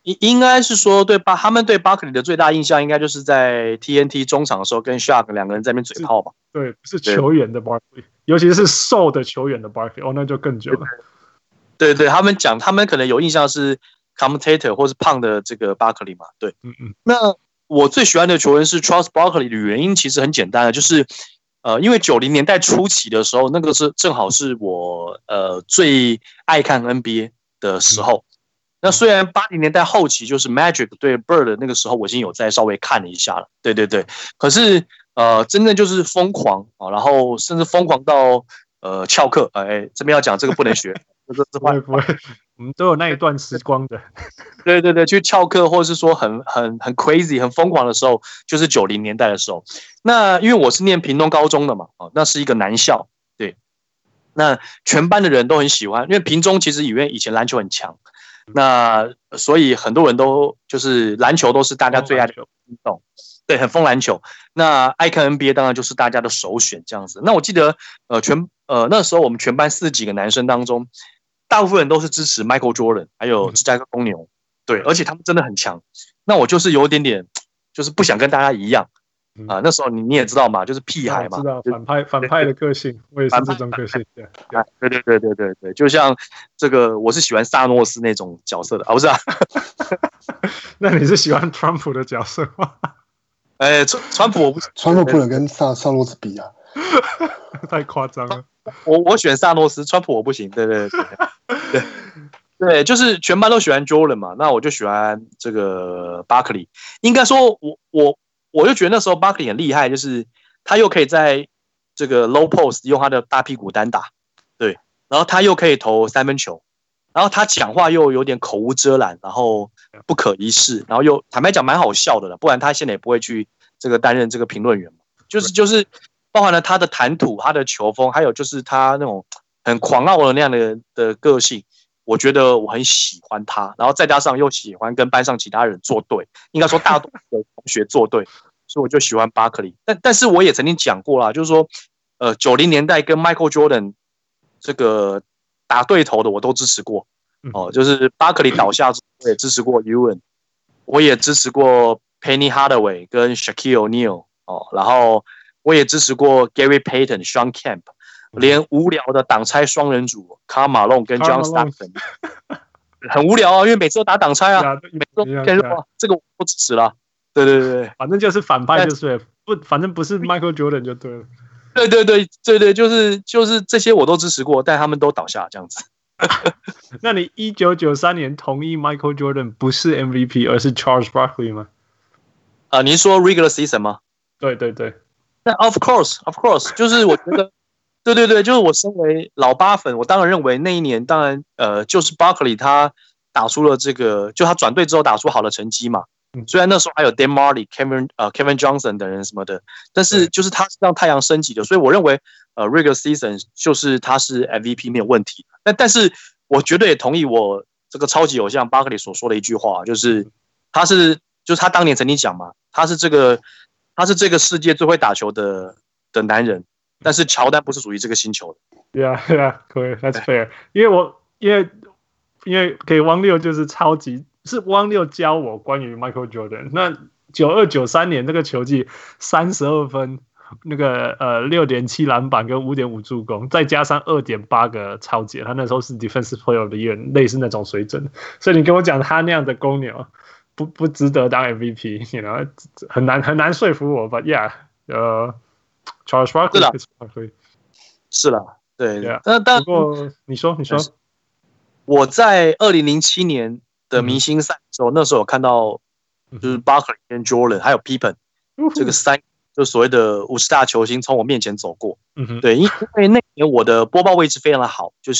应应该是说对巴他们对巴克利的最大印象，应该就是在 T N T 中场的时候跟 Shaq 两个人在那边嘴炮吧。
对，不是球员的 Barkley， 尤其是瘦的球员的 Barkley， 哦，那就更久了。
对对，他们讲，他们可能有印象是 commentator 或是胖的这个 Barkley 嘛。对，
嗯嗯。
那我最喜欢的球员是 Charles Barkley 的原因其实很简单的，就是呃，因为九零年代初期的时候，那个是正好是我呃最爱看 N B A 的时候。嗯、那虽然八零年代后期就是 Magic 对 Bird 那个时候，我已经有在稍微看了一下了。对对对，可是呃，真正就是疯狂啊，然后甚至疯狂到呃翘课。哎，这边要讲这个不能学。这这
不会不会，我们都有那一段时光的。
对对对，去翘课或者是说很很很 crazy 很疯狂的时候，就是九零年代的时候。那因为我是念屏东高中的嘛，哦，那是一个男校，对。那全班的人都很喜欢，因为屏中其实因为以前篮球很强，那所以很多人都就是篮球都是大家最爱的运动，对，很疯篮球。那爱看 N B A 当然就是大家的首选这样子。那我记得呃全呃那时候我们全班四十几个男生当中，大部分人都是支持 Michael Jordan 还有芝加哥公牛，对，而且他们真的很强。那我就是有一点点就是不想跟大家一样啊、呃。那时候你你也知道嘛，就是屁孩嘛，
知道反派反派的个性，我也是这种个性。对
对对对对对对，就像这个我是喜欢萨诺斯那种角色的啊，不是啊？
那你是喜欢川普的角色吗？
哎，川川普我不
川普不能跟萨萨诺斯比啊，
太夸张了。
我我选萨诺斯，川普我不行。对对对对对，就是全班都喜欢 Jordan 嘛，那我就喜欢这个 Barkley。应该说我我我就觉得那时候 Barkley 很厉害，就是他又可以在这个 low post 用他的大屁股单打，对，然后他又可以投三分球，然后他讲话又有点口无遮拦，然后不可一世，然后又坦白讲蛮好笑的了，不然他现在也不会去这个担任这个评论员嘛，就是就是包含了他的谈吐、他的球风，还有就是他那种很狂傲的那样的的个性，我觉得我很喜欢他，然后再加上又喜欢跟班上其他人作对，应该说大多数的同学作对，所以我就喜欢巴克利。但但是我也曾经讲过啦，就是说，呃，九零年代跟 Michael Jordan 这个打对头的我都支持过哦，就是巴克利倒下之后，我也支持过 Ewing， 我也支持过 Penny Hardaway 跟 Shaquille O'Neal 哦，然后我也支持过 Gary Payton、Sean Kemp， 连无聊的挡拆双人组 Karl Malone 跟 John Stockton 很无聊啊，因为每次都打挡拆啊，每次都骗肉啊，这个我不支持啦。对对对，
反正就是反派就是不，反正不是 Michael Jordan 就对了。
对对对对对，就是就是这些我都支持过，但他们都倒下这样子。
那你一九九三年同意 Michael Jordan 不是 M V P 而是 Charles Barkley 吗？
啊、呃，您说 regular season 吗？
对对对。
那 of course of course， 就是我觉得，对对对，就是我身为老八粉，我当然认为那一年当然呃，就是 Barkley 他打出了这个，就他转队之后打出好的成绩嘛。虽然那时候还有 Dan Marley、Kevin 呃 Kevin Johnson 等人什么的，但是就是他是让太阳升级的，所以我认为呃 regular season 就是他是 M V P 没有问题。但但是我绝对也同意我这个超级偶像 Barkley 所说的一句话，就是他是就是他当年曾经讲嘛，他是这个他是这个世界最会打球的的男人，但是乔丹不是属于这个星球的。
Yeah, yeah, 可以 ，That's fair。因为我因为因为给汪六就是超级。是汪六教我关于 Michael Jordan。那九二九三年那个球季，三十二分，那个呃六点七篮板跟五点五助攻，再加上二点八个抄截，他那时候是 Defensive Player of the Year， 类似那种水准。所以你跟我讲他那样的公牛不不值得当 M V P，you know， 很难很难说服我。But yeah， 呃 ，Charles Barkley
是啦，对，
yeah,
但但
不过你说你说，
我在二零零七年的明星赛的时候，嗯、那时候有看到就是 Barkley 跟 Jordan 还有 Pippen、嗯、这个三就所谓的五十大球星从我面前走过。嗯、对，因为那年我的播报位置非常的好，就是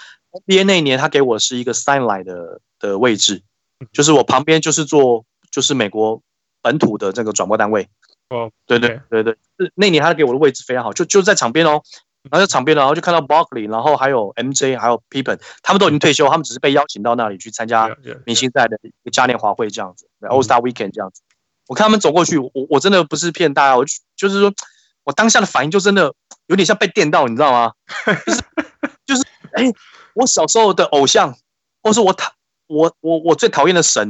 N B A 那一年他给我是一个 sideline 的的位置，就是我旁边就是做就是美国本土的这个转播单位。哦，对对对对，那年他给我的位置非常好，就就在场边哦。然后在场边，然后就看到 Barkley， 然后还有 M J， 还有 Pippen， 他们都已经退休，他们只是被邀请到那里去参加明星赛的一个嘉年华会这样子 ，All Star Weekend 这样子。我看他们走过去，我我真的不是骗大家，我就是说我当下的反应就真的有点像被电到，你知道吗？就是就是，哎，我小时候的偶像，或是我讨我我我最讨厌的神，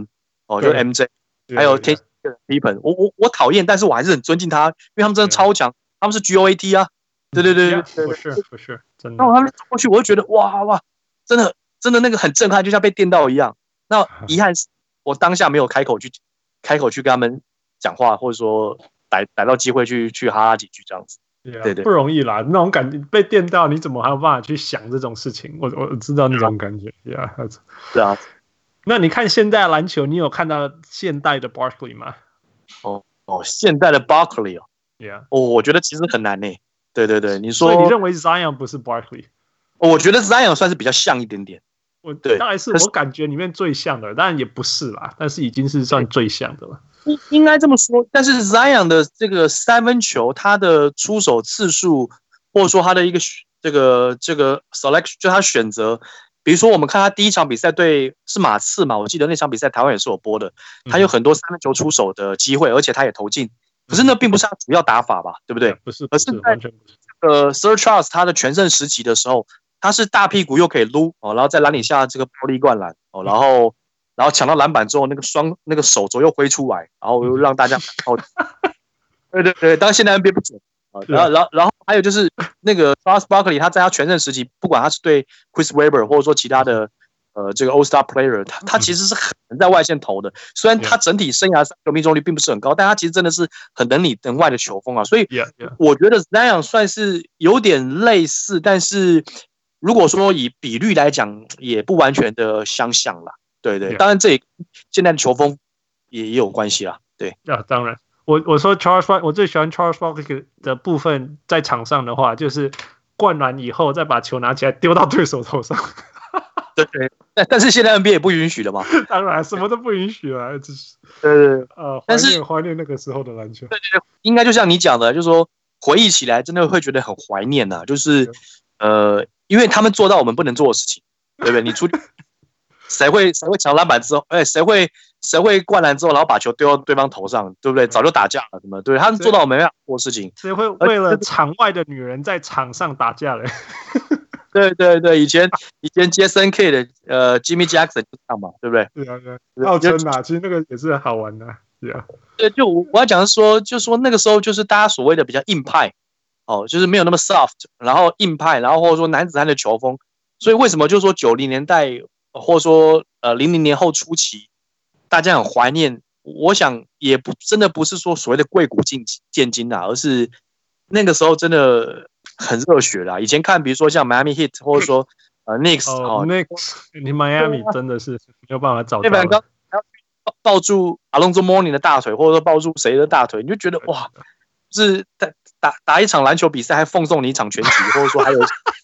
哦，就是 M J， 还有天皮盆，我我我讨厌，但是我还是很尊敬他，因为他们真的超强，他们是 G O A T 啊，对对对对，
不是不是真的。
那我他们走过去，我就觉得哇哇，真的真的那个很震撼，就像被电到一样。那遗憾是我当下没有开口去开口去跟他们讲话，或者说逮逮到机会去去哈拉几句这样子。
Yeah,
对对，
不容易啦，那种感觉被电到，你怎么还有办法去想这种事情？我我知道那种感觉，Yeah，
是啊。
那你看现代的篮球，你有看到现代的 Barkley 吗？
哦哦，现代的 Barkley 哦
，Yeah，
哦，我觉得其实很难呢。对对对，你说，
所以你认为 Zion 不是 Barkley？
我觉得 Zion 算是比较像一点点。
我当然是我感觉里面最像的，当然也不是啦，但是已经是算最像的了。
应该这么说，但是 Zion 的这个三分球，他的出手次数，或者说他的一个这个这个 selection， 就他选择，比如说我们看他第一场比赛对是马刺嘛，我记得那场比赛台湾也是有播的，他有很多三分球出手的机会，而且他也投进，可是那并不是他主要打法吧，对不对？
不是，
而是在这个 Sir Charles 他的全盛时期的时候，他是大屁股又可以撸哦，然后在篮底下这个暴力灌篮哦，然后。然后抢到篮板之后，那个双那个手肘又挥出来，然后又让大家哦，对对对，当然现在 N B A 不准啊。然后然后然后还有就是那个 Charles Barkley， 他在他全盛时期，不管他是对 Chris Webber 或者说其他的呃这个 All Star Player， 他他其实是很能在外线投的。虽然他整体生涯三球命中率并不是很高，但他其实真的是很能里能外的球风啊。所以我觉得那样算是有点类似，但是如果说以比率来讲，也不完全的相像啦。对对，
yeah.
当然这也现在的球风也也有关系啦。对
啊，当然，我我说 Charles， 我最喜欢 Charles Barkley 的部分，在场上的话，就是灌篮以后再把球拿起来丢到对手头上。
对对，但但是现在 N B A 也不允许了嘛。
当然，什么都不允许了，只是
对对
呃，怀念怀念那个时候的篮球。
对对对，应该就像你讲的，就是说回忆起来真的会觉得很怀念呐、啊，就是呃，因为他们做到我们不能做的事情，对不对？你出。谁会谁会抢篮板之后，哎，谁会谁会灌篮之后，然后把球丢到对方头上，对不对？早就打架了，什么？对，他们做到我没办法做的事情。
谁会为了场外的女人在场上打架嘞？
对对对，以前以前 Jason Kidd 的呃 Jimmy Jackson 就这样嘛，对不对？
对啊对啊，奥称啊，其实那个也是好玩的，对啊。
对，就我我要讲的是说，就是说那个时候就是大家所谓的比较硬派，哦，就是没有那么 soft， 然后硬派，然后或者说男子汉的球风，所以为什么就是说九零年代。或者说，呃，零零年后初期，大家很怀念。我想也不真的不是说所谓的贵古见今啦，而是那个时候真的很热血啦。以前看，比如说像 Miami Heat， 或者说呃 Knicks
哦 Knicks， 你 Miami 真的是没有办法找到。
那刚刚抱住 Alonzo Mourning 的大腿，或者说抱住谁的大腿，你就觉得哇，就是打打打一场篮球比赛，还奉送你一场拳击，或者说还有。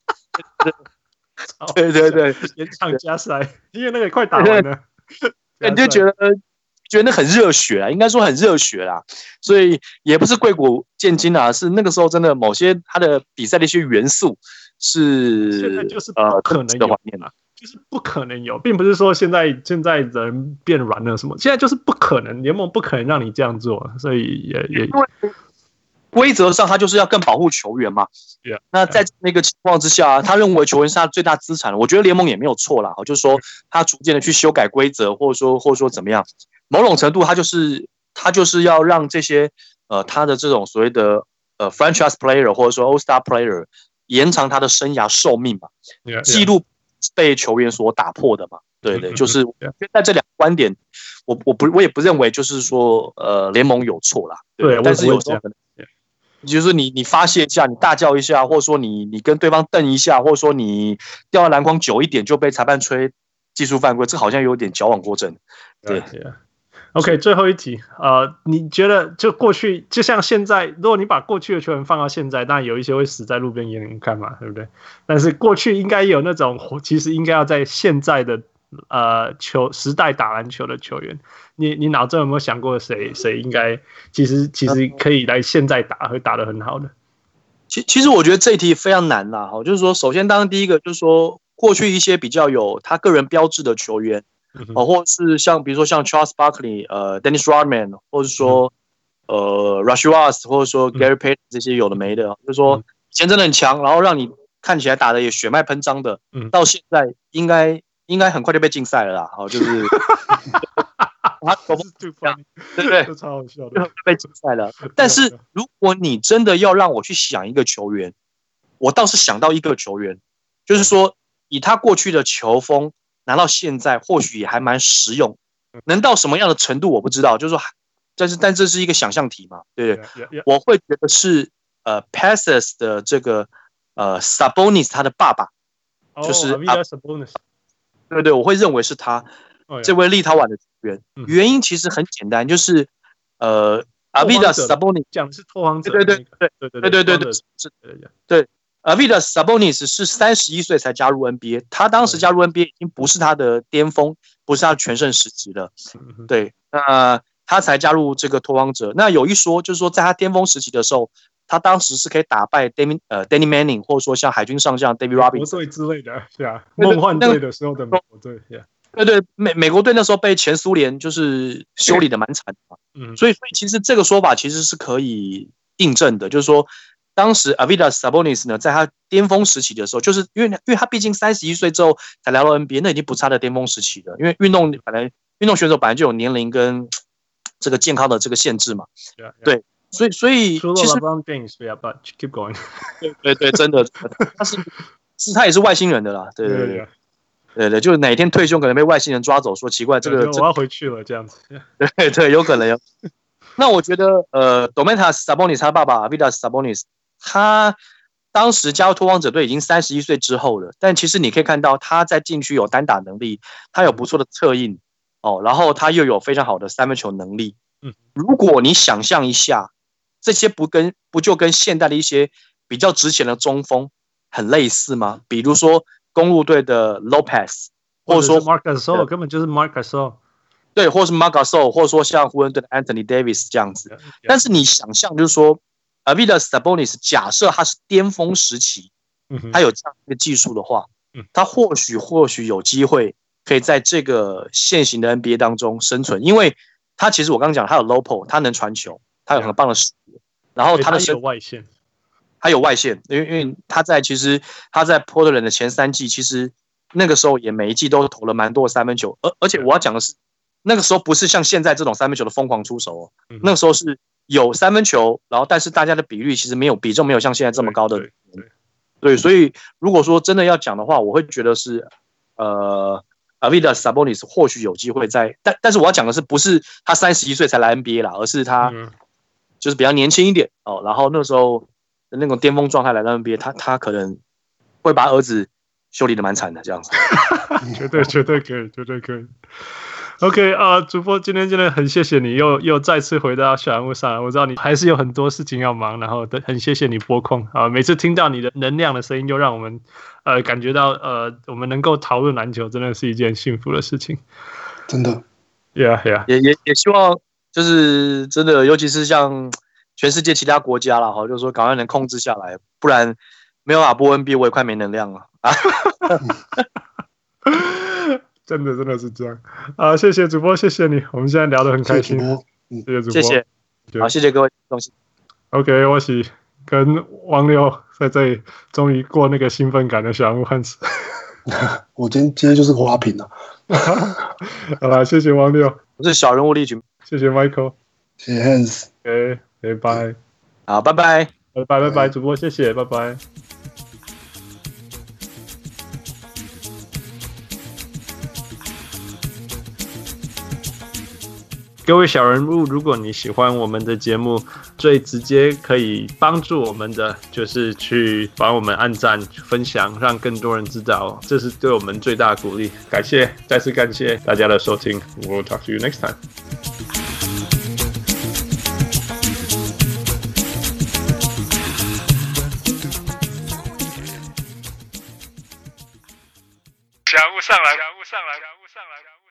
对对对，
延长加赛，因为那个快打完了，
你就觉得觉得那很热血啊，应该说很热血啦，所以也不是贵古见今啊，是那个时候真的某些他的比赛的一些元素是
现在就是不可能有啊，就是不可能有，并不是说现在现在人变软了什么，现在就是不可能，联盟不可能让你这样做，所以也也。
规则上，他就是要更保护球员嘛。
Yeah,
那在那个情况之下，他认为球员是他最大资产。我觉得联盟也没有错啦，就是说他逐渐的去修改规则，或者说或者说怎么样，某种程度他就是他就是要让这些呃他的这种所谓的呃 franchise player 或者说 All Star player 延长他的生涯寿命嘛。
Yeah, yeah.
记录被球员所打破的嘛。对对，就是在这两个观点，我我不我也不认为就是说呃联盟有错啦。对，但是有时候可能。就是你，你发泄一下，你大叫一下，或者说你，你跟对方瞪一下，或者说你掉到篮筐久一点就被裁判吹技术犯规，这好像有点矫枉过正。对
yeah, yeah.，OK， 最后一题，呃，你觉得就过去，就像现在，如果你把过去的球员放到现在，当然有一些会死在路边野人看嘛，对不对？但是过去应该有那种，其实应该要在现在的呃球时代打篮球的球员。你你脑中有没有想过谁谁应该其实其实可以来现在打会打得很好的？
其其实我觉得这一题非常难啦，就是说，首先当然第一个就是说，过去一些比较有他个人标志的球员，哦，或者是像比如说像 Charles Barkley、呃 Dennis Rodman， 或者说呃 Rush Watts， 或者说 Gary Payton 这些有的没的，就是说以前真的很强，然后让你看起来打的也血脉喷张的，到现在应该应该很快就被禁赛了啦，好，就是。 把球风
对不对？
对不对？
这超好笑的，
被禁赛了。但是如果你真的要让我去想一个球员，我倒是想到一个球员，就是说以他过去的球风拿到现在，或许也还蛮实用。能到什么样的程度我不知道，就是说，但是但这是一个想象题嘛，对不对？
yeah, yeah, yeah.
我会觉得是呃 Pacers 的这个呃 Sabonis 他的爸爸，
oh,
就是
Arvydas Sabonis，
对对，我会认为是他、oh, yeah. 这位立陶宛的球员、嗯。原因其实很简单，就是呃 Arvydas Sabonis
讲的是拓荒者，
对对对对对对对对对是，对 Arvydas Sabonis 是三十一岁才加入 N B A， 他当时加入 N B A 已经不是他的巅峰，不是他的全盛时期了，对，那他才加入这个拓荒者。那有一说就是说，在他巅峰时期的时候，他当时是可以打败 Danny 呃 Danny Manning， 或者说像海军上将 David Robinson
国队之类的，是啊，梦幻队的时候的美国队，
对对，美美国队那时候被前苏联就是修理的蛮惨的嘛，嗯，所以所以其实这个说法其实是可以印证的，就是说。当时 Arvydas Sabonis 呢，在他巅峰时期的时候，就是因为因为他毕竟三十一岁之后才来到 N B A， 那已经不是他的巅峰时期了。因为运动本来运动选手本来就有年龄跟这个健康的这个限制嘛， yeah, yeah. 对，所以所以
除了 LeBron James，yeah, but keep going
对对对，真的，他是是他也是外星人的啦，对对对 yeah, yeah. 对对，就是哪一天退休可能被外星人抓走，说奇怪这个
我要回去了这样子，
对对，有可能有。那我觉得呃 ，Domantas Sabonis 他爸爸 Arvydas Sabonis。他当时加入拓荒者队已经三十一岁之后了，但其实你可以看到他在禁区有单打能力，他有不错的策应哦，然后他又有非常好的三分球能力。嗯，如果你想象一下，这些不跟不就跟现代的一些比较值钱的中锋很类似吗？比如说公鹿队的 Lopez， 或者说
Marc Gasol， 根本就是 Marc Gasol。
对，或者是 Marc Gasol， 或者说像湖人队的 Anthony Davis 这样子。Yeah, yeah. 但是你想象就是说。Arvydas Sabonis 假设他是巅峰时期，他有这样一个技术的话，他或许或许有机会可以在这个现行的 N B A 当中生存，因为他其实我刚刚讲他有 low post， 他能传球，他有很棒的视野，然后他的
有外线，
他有外线，因为因为他在其实他在 Portland 的前三季，其实那个时候也每一季都投了蛮多的三分球，而而且我要讲的是，那个时候不是像现在这种三分球的疯狂出手哦，那个时候是。有三分球，然后但是大家的比率其实没有比重没有像现在这么高的，对，对对对，所以如果说真的要讲的话，我会觉得是呃 Arvydas Sabonis 或许有机会在，但但是我要讲的是不是他三十一岁才来 N B A 啦，而是他就是比较年轻一点哦，然后那时候的那种巅峰状态来到 N B A， 他他可能会把儿子修理的蛮惨的这样子，
绝对绝对可以，绝对可以。OK 啊、呃，主播今天真的很谢谢你又又再次回到小人物上来，我知道你还是有很多事情要忙，然后很谢谢你拨空啊、呃，每次听到你的能量的声音，就让我们呃感觉到呃我们能够讨论篮球真的是一件幸福的事情，
真的
，Yeah Yeah，
也也也希望就是真的，尤其是像全世界其他国家啦，哈，就是说赶快能控制下来，不然没有打播 N B A 我也快没能量了啊。
真的真的是这样啊、呃！谢谢主播，谢谢你，我们现在聊得很开心，
谢
谢主播，
谢谢，好，谢谢各位东西。
OK， 我是跟王六在这里终于过那个兴奋感的小人物汉斯。
我今天今天就是花瓶了。
好了，谢谢王六，
我是小人物利群，
谢谢 Michael，
谢谢 Hans，
OK， 拜拜，
好，拜拜，
拜拜拜拜，主播谢谢，拜拜。各位小人物，如果你喜欢我们的节目，最直接可以帮助我们的就是去帮我们按赞、分享，让更多人知道，这是对我们最大的鼓励。感谢，再次感谢大家的收听。We'll talk to you next time. 小人物上来，小人物上来，小人物上来。